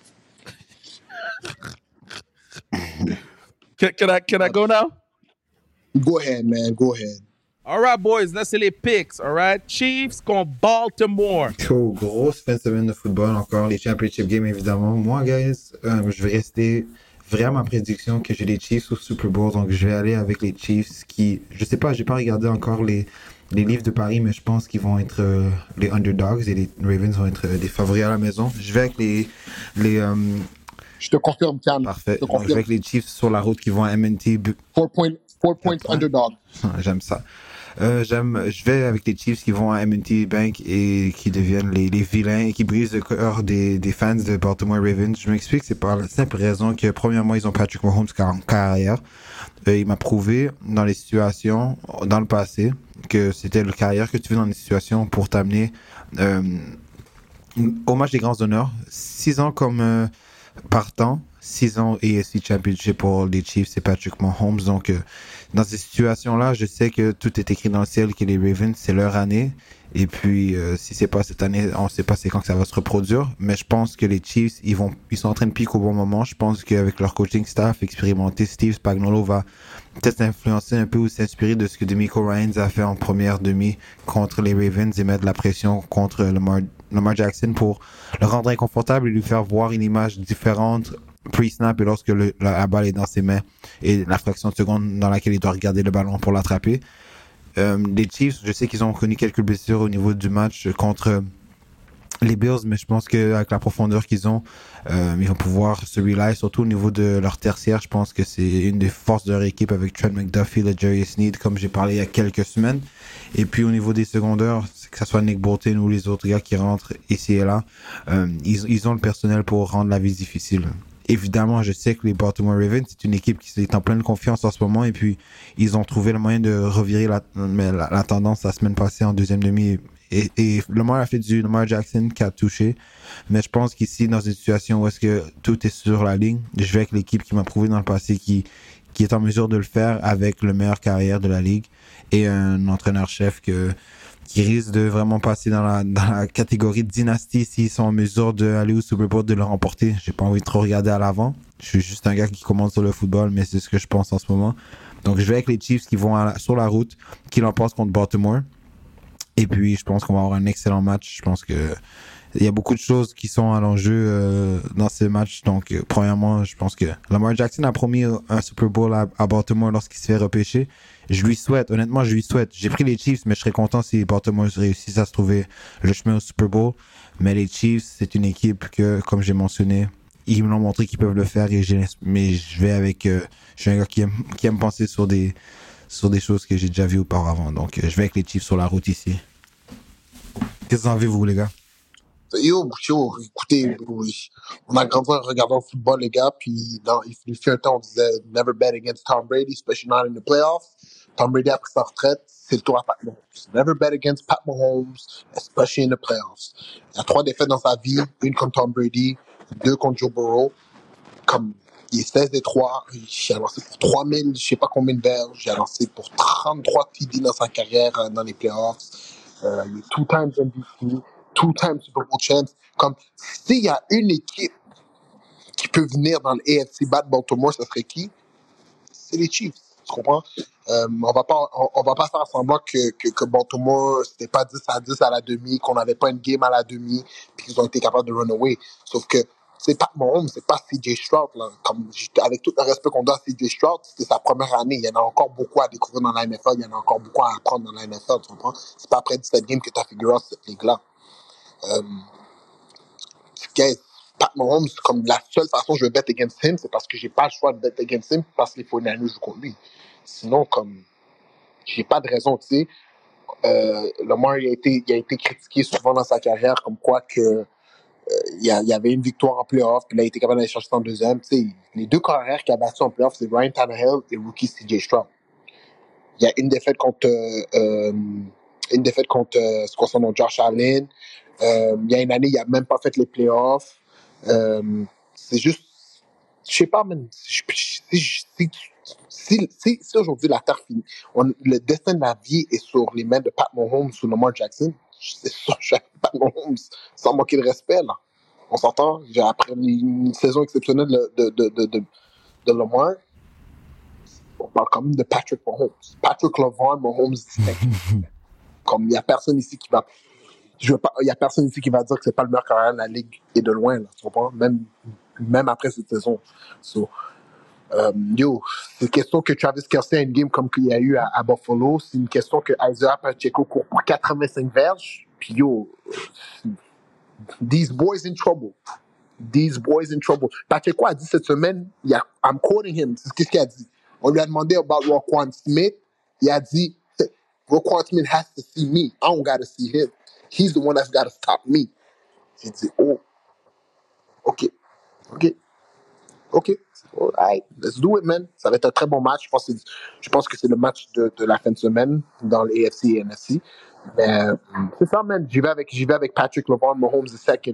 Can I go now? Go ahead, man. Go ahead. All right, boys. Là, c'est les picks. All right? Chiefs contre Baltimore. Grosse fin de semaine de football encore. Les championship games, évidemment. Moi, guys, je vais rester vraiment ma prédiction que j'ai les Chiefs au Super Bowl. Donc, je vais aller avec les Chiefs qui... Je sais pas, j'ai pas regardé encore les livres de Paris, mais je pense qu'ils vont être les underdogs et les Ravens vont être des favoris à la maison. Je vais avec les je te confirme, Cam. Parfait. Je vais avec les Chiefs sur la route qui vont à M&T. 4 points underdog. J'aime ça. Je vais avec les Chiefs qui vont à M&T Bank et qui deviennent les vilains et qui brisent le cœur des fans de Baltimore Ravens. Je m'explique, c'est par la simple raison que premièrement, ils ont Patrick Mahomes en carrière. Il m'a prouvé dans les situations, dans le passé, que c'était le carrière que tu veux dans les situations pour t'amener au match des grands honneurs. 6 ans comme partant, 6 ans AFC Championship pour les Chiefs et Patrick Mahomes. Donc, dans ces situations-là, je sais que tout est écrit dans le ciel, que les Ravens, c'est leur année. Et puis, si c'est pas cette année, on sait pas c'est quand que ça va se reproduire. Mais je pense que les Chiefs, ils sont en train de piquer au bon moment. Je pense qu'avec leur coaching staff expérimenté, Steve Spagnuolo va peut-être influencer un peu ou s'inspirer de ce que DeMeco Ryans a fait en première demi contre les Ravens et mettre de la pression contre Lamar Jackson pour le rendre inconfortable et lui faire voir une image différente pre-snap et lorsque la balle est dans ses mains et la fraction de seconde dans laquelle il doit regarder le ballon pour l'attraper. Les Chiefs, je sais qu'ils ont connu quelques blessures au niveau du match contre les Bills, mais je pense qu'avec la profondeur qu'ils ont, ils vont pouvoir se rely, surtout au niveau de leur tertiaire. Je pense que c'est une des forces de leur équipe avec Trent McDuffie, le Jerry Sneed, comme j'ai parlé il y a quelques semaines. Et puis au niveau des secondaires, que ce soit Nick Bolton ou les autres gars qui rentrent ici et là, ils ont le personnel pour rendre la vie difficile. Évidemment, je sais que les Baltimore Ravens, c'est une équipe qui est en pleine confiance en ce moment, et puis ils ont trouvé le moyen de revirer la tendance la semaine passée en deuxième demi. Et Lamar a fait du Lamar Jackson qui a touché. Mais je pense qu'ici, dans une situation où est-ce que tout est sur la ligne, je vais avec l'équipe qui m'a prouvé dans le passé qui est en mesure de le faire avec le meilleur carrière de la ligue et un entraîneur-chef qui risque de vraiment passer dans la catégorie de dynastie s'ils sont en mesure d'aller au Super Bowl, de le remporter. J'ai pas envie de trop regarder à l'avant. Je suis juste un gars qui commence sur le football, mais c'est ce que je pense en ce moment. Donc, je vais avec les Chiefs qui vont sur la route, qui l'emportent contre Baltimore. Et puis, je pense qu'on va avoir un excellent match. Je pense que il y a beaucoup de choses qui sont à l'enjeu dans ces matchs. Donc, premièrement, je pense que Lamar Jackson a promis un Super Bowl à Baltimore lorsqu'il se fait repêcher. Je lui souhaite, honnêtement, je lui souhaite. J'ai pris les Chiefs, mais je serais content si Baltimore réussisse à se trouver le chemin au Super Bowl. Mais les Chiefs, c'est une équipe que, comme j'ai mentionné, ils me l'ont montré qu'ils peuvent le faire. Mais je vais avec... je suis un gars qui aime penser sur des choses que j'ai déjà vues auparavant. Donc, je vais avec les Chiefs sur la route ici. Qu'est-ce que vous en avez, vous, les gars? Écoutez, on a grandi en regardant le football, les gars, puis il fut un temps, on disait never bet against Tom Brady, especially not in the playoffs. Tom Brady a pris sa retraite, c'est le tour à Pat Mahomes. Never bet against Pat Mahomes, especially in the playoffs. Il y a 3 défaites dans sa vie, une contre Tom Brady, 2 contre Joe Burrow. Comme il est 16 des 3, j'ai lancé pour 3000, je sais pas combien de verges, j'ai lancé pour 33 TD dans sa carrière dans les playoffs. Il est 2 times MVP, 2 times Super Bowl champs. Comme s'il y a une équipe qui peut venir dans le AFC battre Baltimore, ça serait qui? C'est les Chiefs. Tu comprends? On va pas faire semblant que Baltimore, c'était pas 10-10 à la demi, qu'on n'avait pas une game à la demi, puis qu'ils ont été capables de run away. Sauf que c'est pas Mahomes, c'est pas CJ Stroud. Là. Avec tout le respect qu'on doit à CJ Stroud, c'était sa première année. Il y en a encore beaucoup à découvrir dans la NFL, il y en a encore beaucoup à apprendre dans la NFL, tu comprends? C'est pas après 17 games que tu as figuré out cette ligue-là. Pat Mahomes, comme la seule façon que je vais bet against him, c'est parce que j'ai pas le choix de bet against him parce qu'il faut une jouer contre lui. Sinon, comme, j'ai pas de raison, tu sais. Lamar, il a été critiqué souvent dans sa carrière, comme quoi que il y avait une victoire en playoff, puis là, il était capable d'aller chercher en deuxième. Tu sais, les 2 carrières qu'il a battu en playoff, c'est Ryan Tannehill et rookie CJ Stroud. Il y a une défaite contre c'est quoi son nom, Josh Allen. Il y a une année, il a même pas fait les playoffs. C'est juste, je sais pas, man. Si aujourd'hui la Terre finit, le destin de la vie est sur les mains de Pat Mahomes ou Lamar Jackson, c'est sûr que je suis Pat Mahomes, sans manquer de respect, là. On s'entend? Après une saison exceptionnelle de Lamar, on parle quand même de Patrick Mahomes. Patrick LaVar Mahomes, comme il y a personne ici qui va il y a personne ici qui va dire que c'est pas le meilleur carrière de la ligue et de loin, là, tu comprends? Même après cette saison. So, c'est une question que Travis Kelce a une game comme qu'il y a eu à Buffalo. C'est une question que Isaiah Pacheco court pour 85 verges. Puis these boys in trouble. These boys in trouble. Pacheco a dit cette semaine, I'm quoting him, c'est ce qu'il a dit. On lui a demandé about Roquan Smith. Il a dit, Roquan Smith has to see me. I don't gotta see him. He's the one that's gotta stop me. J'ai dit, oh, OK. All right, let's do it, man. Ça va être un très bon match. Je pense que c'est le match de la fin de semaine dans les AFC et NFC. Mais c'est ça, man. J'y vais avec Patrick LaVar Mahomes the second.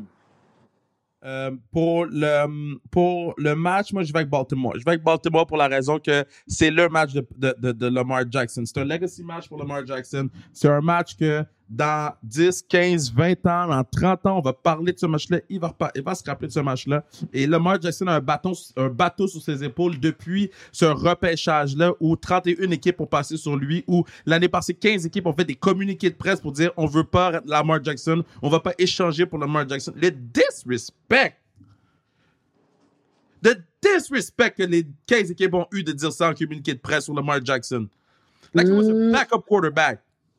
Pour le match, moi, je vais avec Baltimore. Je vais avec Baltimore pour la raison que c'est le match de Lamar Jackson. C'est un legacy match pour Lamar Jackson. C'est un match que dans 10, 15, 20 ans, dans 30 ans, on va parler de ce match-là. Il va se rappeler de ce match-là. Et Lamar Jackson a un bateau sur ses épaules depuis ce repêchage-là où 31 équipes ont passé sur lui, où l'année passée, 15 équipes ont fait des communiqués de presse pour dire on veut pas Lamar Jackson, on va pas échanger pour Lamar Jackson. Le disrespect que les 15 équipes ont eu de dire ça en communiqué de presse sur Lamar Jackson. Like he was a backup quarterback.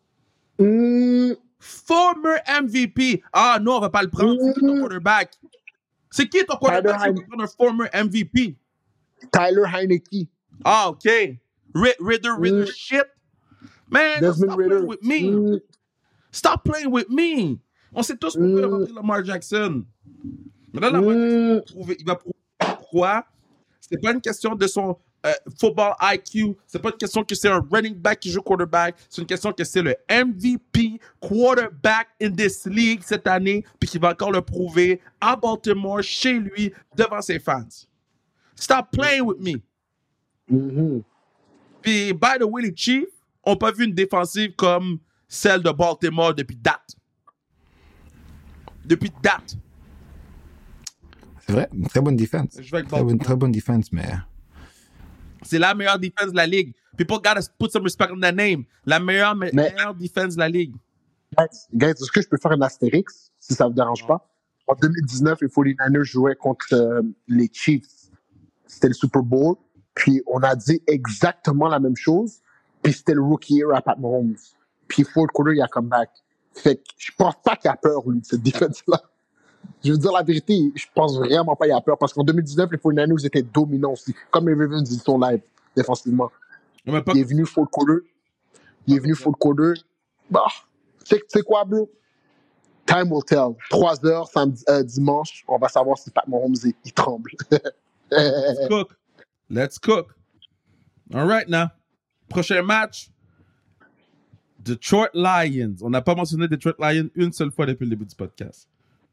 Former MVP. Ah non, on va pas le prendre. C'est qui ton quarterback? C'est qui ton quarterback si on va prendre un former MVP? Tyler Heineke. Ah, OK. Ritter shit. Man, Desmond stop Ridder. playing with me. Stop playing with me. On sait tous pourquoi il a rentré Lamar Jackson. Mais là, Lamar Jackson, il va prouver pourquoi. C'est pas une question de son football IQ. C'est pas une question que c'est un running back qui joue quarterback. C'est une question que c'est le MVP quarterback in this league cette année, puis qui va encore le prouver à Baltimore, chez lui, devant ses fans. Stop playing with me. Puis, by the way, les Chiefs n'ont pas vu une défensive comme celle de Baltimore depuis date. C'est vrai, une très bonne défense. Très bonne défense, mais... C'est la meilleure défense de la ligue. People gotta put some respect on their name. La meilleure défense de la ligue. Guys, est-ce que je peux faire un astérix, si ça vous dérange pas? En 2019, les 49ers jouaient contre les Chiefs. C'était le Super Bowl. Puis on a dit exactement la même chose. Puis c'était le rookie year à Pat Mahomes. Puis fourth quarter, il a come back. Fait que je pense pas qu'il a peur, lui, de cette défense-là. Je veux dire la vérité, je pense vraiment pas qu'il a peur. Parce qu'en 2019, les 49ers étaient dominants aussi. Comme les Ravens, ils sont live, défensivement. Il est venu fourth quarter. Bah, c'est quoi, bro? Time will tell. 3 heures, dimanche, on va savoir si Pat Mahomes, il tremble. Let's cook. All right, now. Prochain match. Detroit Lions. On n'a pas mentionné Detroit Lions une seule fois depuis le début du podcast.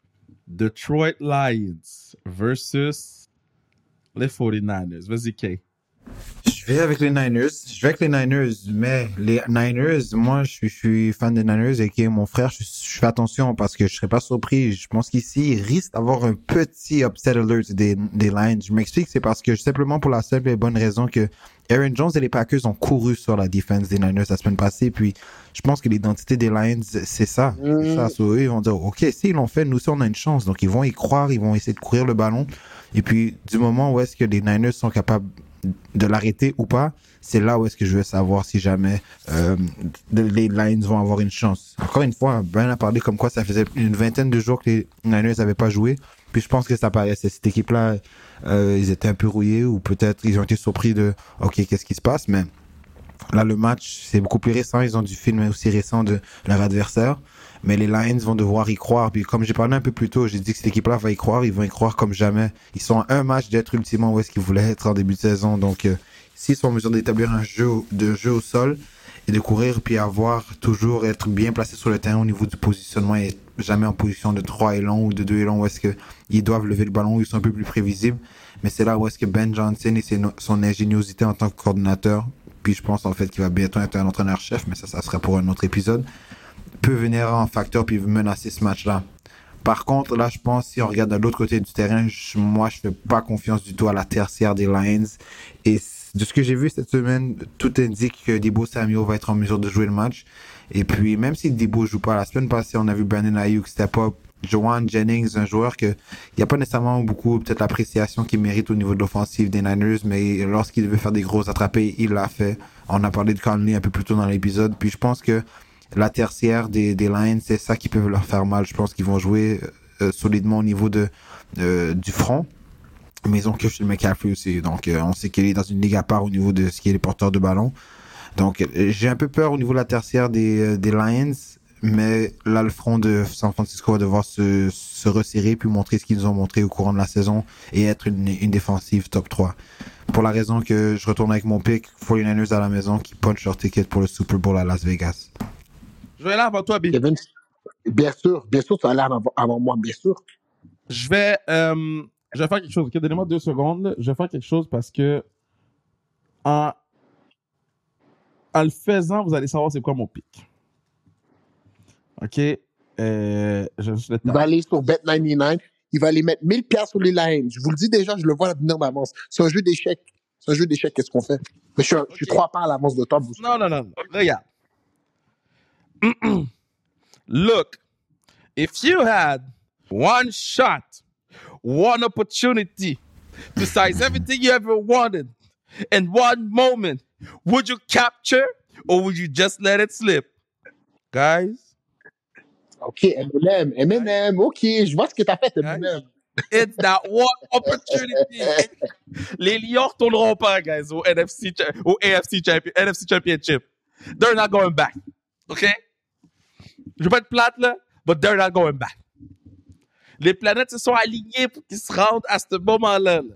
Detroit Lions versus les 49ers. Vas-y, Kay. Je vais avec les Niners, mais les Niners, moi, je suis fan des Niners et mon frère, je fais attention parce que je serais pas surpris. Je pense qu'ici, il risque d'avoir un petit upset alert des Lions. Je m'explique, c'est parce que simplement pour la simple et bonne raison que Aaron Jones et les Packers ont couru sur la défense des Niners la semaine passée, puis je pense que l'identité des Lions, c'est ça. C'est ça. So, eux, ils vont dire, OK, s'ils l'ont fait, nous aussi, on a une chance. Donc, ils vont y croire, ils vont essayer de courir le ballon. Et puis, du moment où est-ce que les Niners sont capables de l'arrêter ou pas, c'est là où est-ce que je veux savoir si jamais les Lions vont avoir une chance. Encore une fois, Brian a parlé comme quoi ça faisait une vingtaine de jours que les Niners n'avaient pas joué, puis je pense que ça paraissait. Cette équipe-là, ils étaient un peu rouillés ou peut-être ils ont été surpris de « OK, qu'est-ce qui se passe? » Mais là, le match, c'est beaucoup plus récent. Ils ont du film aussi récent de leur adversaire. Mais les Lions vont devoir y croire. Puis comme j'ai parlé un peu plus tôt, j'ai dit que cette équipe-là va y croire. Ils vont y croire comme jamais. Ils sont à un match d'être ultimement où est-ce qu'ils voulaient être en début de saison. Donc, s'ils sont en mesure d'établir un jeu au sol et de courir, puis toujours être bien placé sur le terrain au niveau du positionnement et jamais en position de 3 et long ou de 2 et long où est-ce qu'ils doivent lever le ballon, où ils sont un peu plus prévisibles. Mais c'est là où est-ce que Ben Johnson et son ingéniosité en tant que coordinateur, puis je pense en fait qu'il va bientôt être un entraîneur-chef, mais ça sera pour un autre épisode, peut venir en facteur puis menacer ce match-là. Par contre, là, je pense, si on regarde de l'autre côté du terrain, moi, je fais pas confiance du tout à la tertiaire des Lions. Et de ce que j'ai vu cette semaine, tout indique que Deebo Samuel va être en mesure de jouer le match. Et puis, même si Deebo joue pas, la semaine passée, on a vu Brandon Ayuk step up, Joanne Jennings, un joueur que il y a pas nécessairement beaucoup, peut-être l'appréciation qu'il mérite au niveau de l'offensive des Niners, mais lorsqu'il devait faire des grosses attrapés, il l'a fait. On a parlé de Conley un peu plus tôt dans l'épisode. Puis je pense que la tertiaire des Lions, c'est ça qui peut leur faire mal. Je pense qu'ils vont jouer solidement au niveau du front. Mais ils ont Christian McCaffrey aussi. Donc, on sait qu'il est dans une ligue à part au niveau de ce qui est les porteurs de ballon. Donc, j'ai un peu peur au niveau de la tertiaire des Lions. Mais là, le front de San Francisco va devoir se resserrer puis montrer ce qu'ils nous ont montré au courant de la saison et être une défensive top 3. Pour la raison que je retourne avec mon pick, 49ers à la maison qui punch leur ticket pour le Super Bowl à Las Vegas. Je vais là avant toi, Bill. Bien sûr, tu vas là avant moi, bien sûr. Je vais faire quelque chose. Okay? Donnez-moi 2 secondes. Je vais faire quelque chose parce que en le faisant, vous allez savoir c'est quoi mon pick. OK? Il va aller sur Bet99. Il va aller mettre 1000$ sur les Lions. Je vous le dis déjà, je le vois venir d'avance. C'est un jeu d'échecs. Qu'est-ce qu'on fait? Mais je suis 3 pas à l'avance de toi. Non. Regarde. Look, if you had one shot, one opportunity to size everything you ever wanted in one moment, would you capture Or would you just let it slip? Guys, OK, Eminem, OK, je vois ce que t'as fait, Eminem. it's that one opportunity. Les Lions retourneront pas, guys, au NFC Championship. They're not going back. OK? Je veux pas être plate, là, but they're not going back. Les planètes se sont alignées pour qu'ils se rendent à ce moment-là. Là.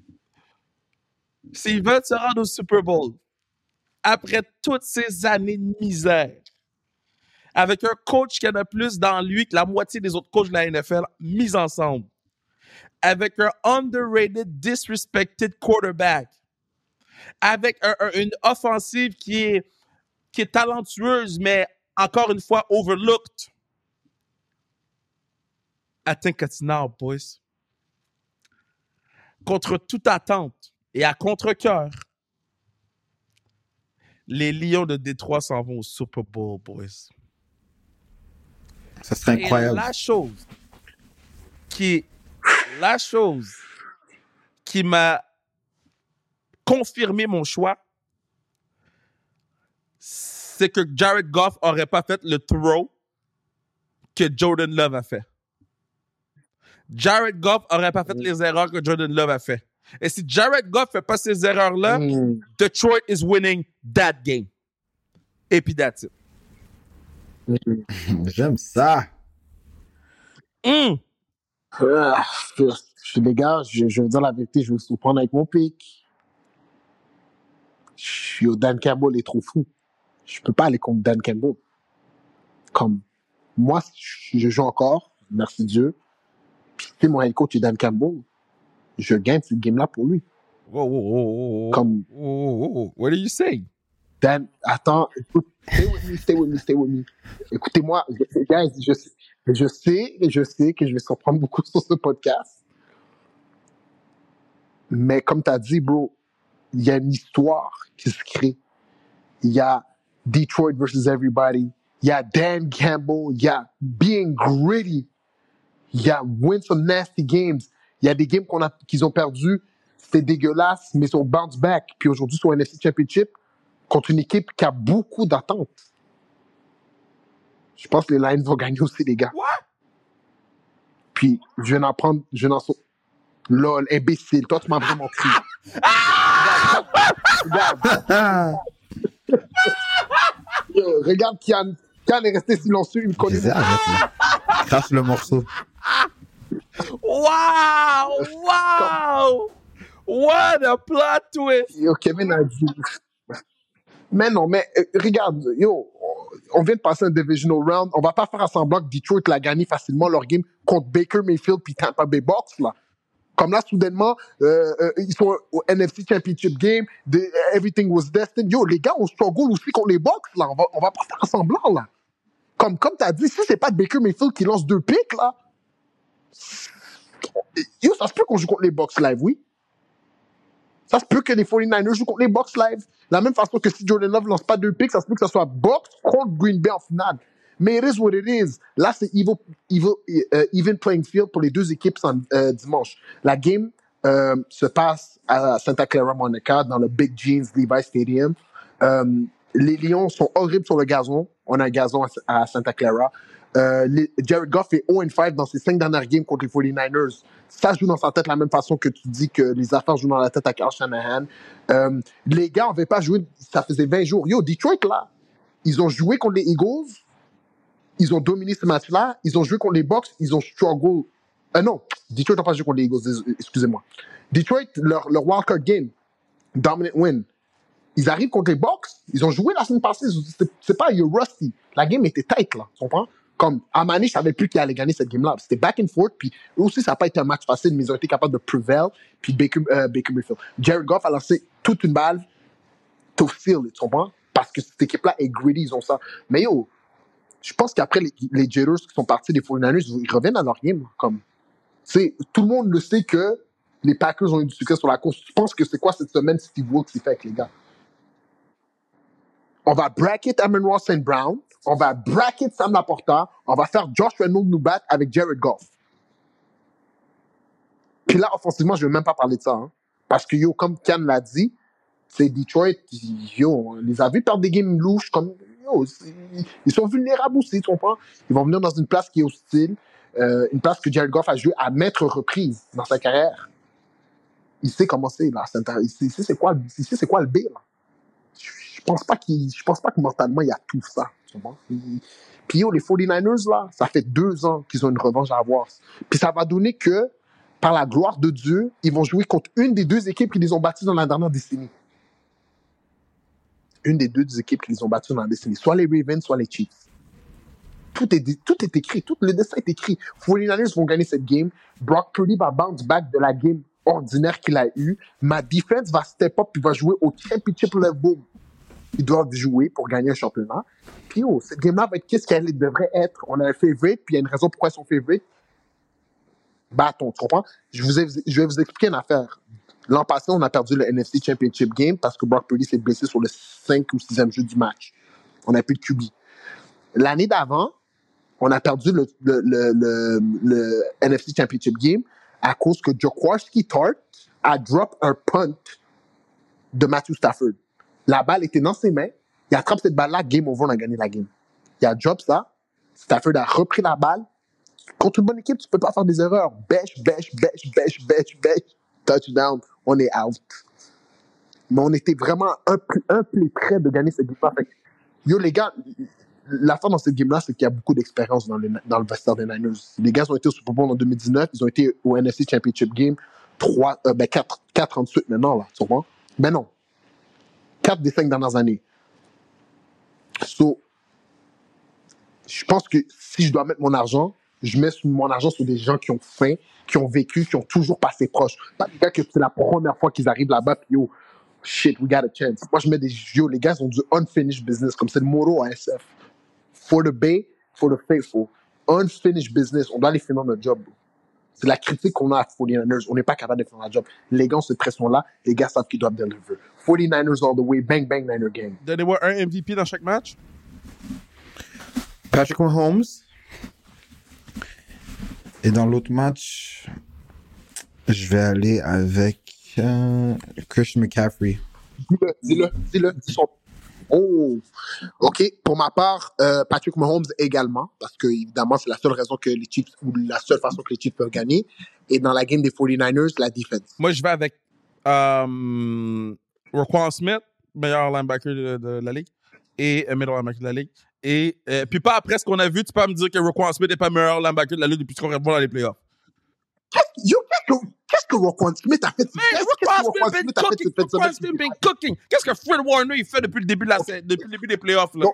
S'ils veulent se rendre au Super Bowl, après toutes ces années de misère, avec un coach qui en a plus dans lui que la moitié des autres coachs de la NFL mis ensemble, avec un underrated, disrespected quarterback, avec une offensive qui est talentueuse, mais encore une fois overlooked. I think it's now, boys. Contre toute attente et à contre-cœur, les Lions de Détroit s'en vont au Super Bowl, boys. Ça serait incroyable. Et la chose qui m'a confirmé mon choix, c'est que Jared Goff n'aurait pas fait le throw que Jordan Love a fait. Jared Goff n'aurait pas fait les erreurs que Jordan Love a fait. Et si Jared Goff ne fait pas ces erreurs-là, Detroit is winning that game. Et puis that's it. J'aime ça. Les gars, je veux dire la vérité, je vais vous surprendre avec mon pick. Dan Campbell est trop fou. Je peux pas aller contre Dan Campbell. Comme moi, je joue encore, merci Dieu. Puis c'est mon head coach et Dan Campbell. Je gagne cette game-là pour lui. Comme what are you saying? Dan, attends, écoute, stay with me. Écoutez-moi, guys, je sais que je vais surprendre beaucoup sur ce podcast. Mais comme tu as dit, bro, il y a une histoire qui se crée. Il y a Detroit versus everybody. Il y a Dan Campbell. Il y a being gritty. Il y a win some nasty games. Il y a des games qu'ils ont perdus. C'était dégueulasse, mais ils ont bounce back. Puis aujourd'hui, sur NFC Championship, contre une équipe qui a beaucoup d'attentes. Je pense que les Lions vont gagner aussi, les gars. What? Puis, je viens d'en prendre... LOL, imbécile. Toi, tu m'as vraiment cru. Regarde Kian. Kian est resté silencieux. Il me connaît. Crache le morceau. Wow! What a plot twist! Yo, Kevin a dit... Mais non, mais regarde, on vient de passer un divisional round. On va pas faire semblant que Detroit l'a gagné facilement leur game contre Baker Mayfield puis Tampa Bay Bucks, là. Comme là, soudainement, ils sont au NFC Championship game. Everything was destined. Yo, les gars, on struggle aussi contre les Bucks, là. On va pas faire semblant, là. Comme tu as dit, si c'est pas Baker Mayfield qui lance 2 picks, là, yo, ça se peut qu'on joue contre les Bucks live, oui. Ça se peut que les 49ers jouent contre les Bucks live. La même façon que si Jordan Love lance pas 2 picks, ça se peut que ça soit Bucks contre Green Bay en finale. Mais it is what it is. Là, c'est even playing field pour les deux équipes dimanche. La game se passe à Santa Clara Monica dans le Big Jeans Levi Stadium. Les Lions sont horribles sur le gazon. On a un gazon à Santa Clara. Jared Goff est 0-5 dans ses 5 dernières games contre les 49ers. Ça joue dans sa tête la même façon que tu dis que les affaires jouent dans la tête à Kyle Shanahan. Les gars, on ne veut pas jouer, ça faisait 20 jours. Yo, Detroit, là, ils ont joué contre les Eagles. Ils ont dominé ce match-là. Ils ont joué contre les Bucks. Ils ont struggle. Non, Detroit n'a pas joué contre les Eagles. Excusez-moi. Detroit, leur wildcard game, dominant win. Ils arrivent contre les Bucks. Ils ont joué la semaine passée. C'est pas you're rusty. La game était tight, là. Tu comprends? Comme Amani, je savais plus qui allait gagner cette game-là. C'était back and forth. Puis eux aussi, ça n'a pas été un match facile, mais ils ont été capables de prevail. Puis Baker Mayfield. Jared Goff a lancé toute une balle to seal it, tu comprends? Parce que cette équipe-là est greedy, ils ont ça. Mais yo, je pense qu'après les Jeters qui sont partis des 49ers, ils reviennent à leur game. Comme, tout le monde le sait que les Packers ont eu du succès sur la course. Tu penses que c'est quoi cette semaine Steve Wilkes fait avec les gars? On va bracket Amon-Ra St. Brown. On va bracket Sam Laporta. On va faire Josh Reynolds nous battre avec Jared Goff. Puis là, offensivement, je ne vais même pas parler de ça. Hein, parce que, yo, comme Kian l'a dit, C'est Detroit, on les a vus perdre des games louches comme ils sont vulnérables aussi, tu comprends? Ils vont venir dans une place qui est hostile, une place que Jared Goff a joué à maintes reprises dans sa carrière. Il sait comment c'est là, il sait c'est quoi le B là. Je pense pas que mentalement il y a tout ça, tu comprends? Puis les 49ers là, ça fait 2 ans qu'ils ont une revanche à avoir. Puis ça va donner que par la gloire de Dieu, ils vont jouer contre une des 2 équipes qui les ont battus dans la dernière décennie. Une des 2 équipes qui les ont battus dans la décennie. Soit les Ravens, soit les Chiefs. Tout est écrit. Tout le dessin est écrit. 49ers vont gagner cette game. Brock Purdy va bounce back de la game ordinaire qu'il a eue. Ma defense va step up et va jouer au championship level. Ils doivent jouer pour gagner un championnat. Puis cette game-là va être qu'est-ce qu'elle devrait être. On a un favorite, puis il y a une raison pourquoi ils sont favorite. Bâton, tu comprends? Je vais vous expliquer une affaire. L'an passé, on a perdu le NFC Championship Game parce que Brock Purdy s'est blessé sur le 5 ou 6e jeu du match. On n'a plus de QB. L'année d'avant, on a perdu le NFC Championship Game à cause que Jaworski Tart a drop un punt de Matthew Stafford. La balle était dans ses mains. Il attrape cette balle-là, game over, on a gagné la game. Il a drop ça. Stafford a repris la balle. Contre une bonne équipe, tu peux pas faire des erreurs. Bêche. Touchdown. On est out. Mais on était vraiment un plus près de gagner cette game-là. Yo, les gars, l'affaire dans cette game-là, c'est qu'il y a beaucoup d'expérience dans le vestiaire des Niners. Les gars ont été au Super Bowl en 2019. Ils ont été au NFC Championship Game 4 ans de suite maintenant, là, sûrement. Ben non. 4 des 5 dernières années. So, je pense que si je dois mettre mon argent, je mets mon argent sur des gens qui ont faim, qui ont vécu, qui ont toujours passé proche. Pas des gars que c'est la première fois qu'ils arrivent là-bas, puis yo, shit, we got a chance. Moi, je mets les gars ont du unfinished business, comme c'est le motto à SF. For the Bay, for the faithful. Unfinished business, on doit aller finir notre job, bro. C'est la critique qu'on a à 49ers. On n'est pas capable de faire notre job. Les gars ont cette pression-là. Les gars savent qu'ils doivent deliver. 49ers all the way. Bang, bang, Niner gang. Donnez-moi un MVP dans chaque match. Patrick Mahomes. Et dans l'autre match, je vais aller avec Christian McCaffrey. Dis-le. Oh, OK. Pour ma part, Patrick Mahomes également, parce que évidemment, c'est la seule raison que les Chiefs, ou la seule façon que les Chiefs peuvent gagner. Et dans la game des 49ers, la defense. Moi, je vais avec Roquan Smith, meilleur linebacker de la ligue, et middle linebacker de la ligue. Et puis pas après ce qu'on a vu, tu peux me dire que Roquan Smith n'est pas meilleur linebacker de la ligue depuis qu'on revient dans les playoffs. Qu'est-ce que Roquan Smith a fait? Roquan Smith been cooking. Qu'est-ce que Fred Warner il fait depuis le début des playoffs là? Non,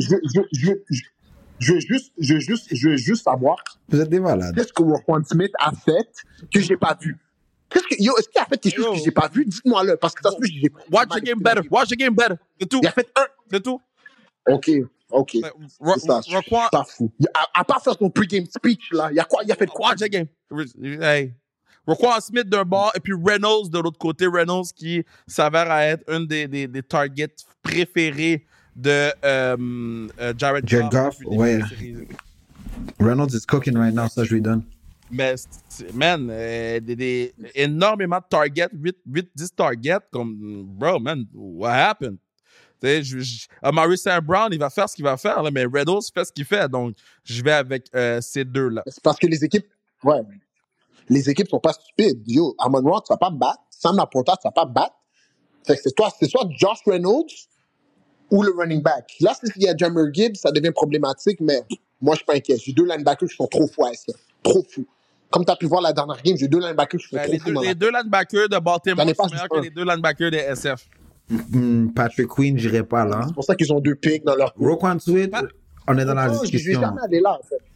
je veux juste savoir. Vous êtes des malades. Qu'est-ce que Roquan Smith a fait que j'ai pas vu? Est-ce qu'il a fait quelque chose que j'ai pas vu? Dites-moi-le, parce que ça se peut que j'ai. Watch the game better. C'est tout. Il a fait un. C'est tout. OK. C'est ça. Je suis pas fou. À part faire son pre-game speech, là, il a fait quoi? Watch the game. Hey. Roquan Smith d'un bord et puis Reynolds de l'autre côté. Reynolds qui s'avère à être un des targets préférés de Jared Goff. Ouais. Reynolds is cooking right now, ça je lui donne. Mais, man, énormément de targets, 8-10 targets, comme, bro, man, what happened? Amari St. Brown, il va faire ce qu'il va faire, là, mais Reynolds fait ce qu'il fait, donc je vais avec ces deux-là. C'est parce que les équipes sont pas stupides. Yo, Amon-Ra, tu vas pas me battre. Sam Laporta, tu vas pas me battre. Fait que c'est soit Josh Reynolds ou le running back. Là, s'il y a Jammer Gibbs, ça devient problématique, mais moi, je suis pas inquiet. J'ai 2 linebackers qui sont trop fous à SF. Trop fous. Comme tu as pu voir la dernière game, j'ai 2 linebackers qui sont trop fous. Les 2 linebackers de Baltimore sont meilleurs que les 2 linebackers des SF. Patrick Queen, j'irai pas là. C'est pour ça qu'ils ont 2 picks dans leur groupe. Roquan Smith, on est dans la discussion. Je vais jamais aller là, en fait.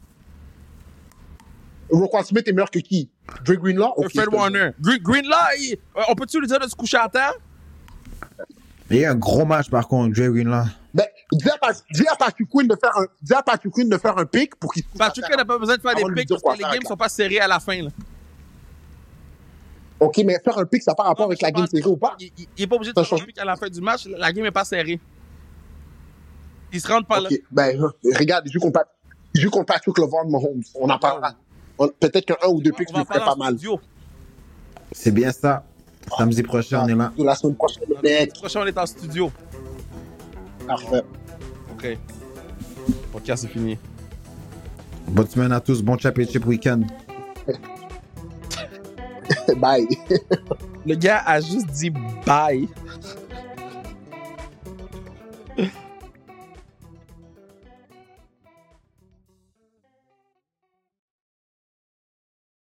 Roquan Smith est meilleur que qui? Dre Greenlaw? Okay, Fred Warner. Greenlaw, on peut-tu lui dire de se coucher à terre? Il y a un gros match par contre, Dre Greenlaw. Ben, dis à Patrick Queen de faire un pick pour qu'il se couche Patrick Queen n'a pas besoin de faire des picks parce que les games sont pas serrés à la fin. Là. OK, mais faire un pick, ça n'a pas rapport avec la game serrée ou pas? Il n'est pas obligé de faire un pick à la fin du match. La game n'est pas serrée. Il se rentre pas là. OK, ben, regarde, il joue contre Patrick Mahomes. On en parlera. Peut-être qu'un ou 2 picks lui ferait pas mal. C'est bien ça. Samedi prochain, on est là. La semaine prochaine, La mec. prochaine, on est en studio. Parfait. OK. Podcast, c'est fini. Bonne semaine à tous. Bon championship week-end. Bye. Le gars a juste dit bye.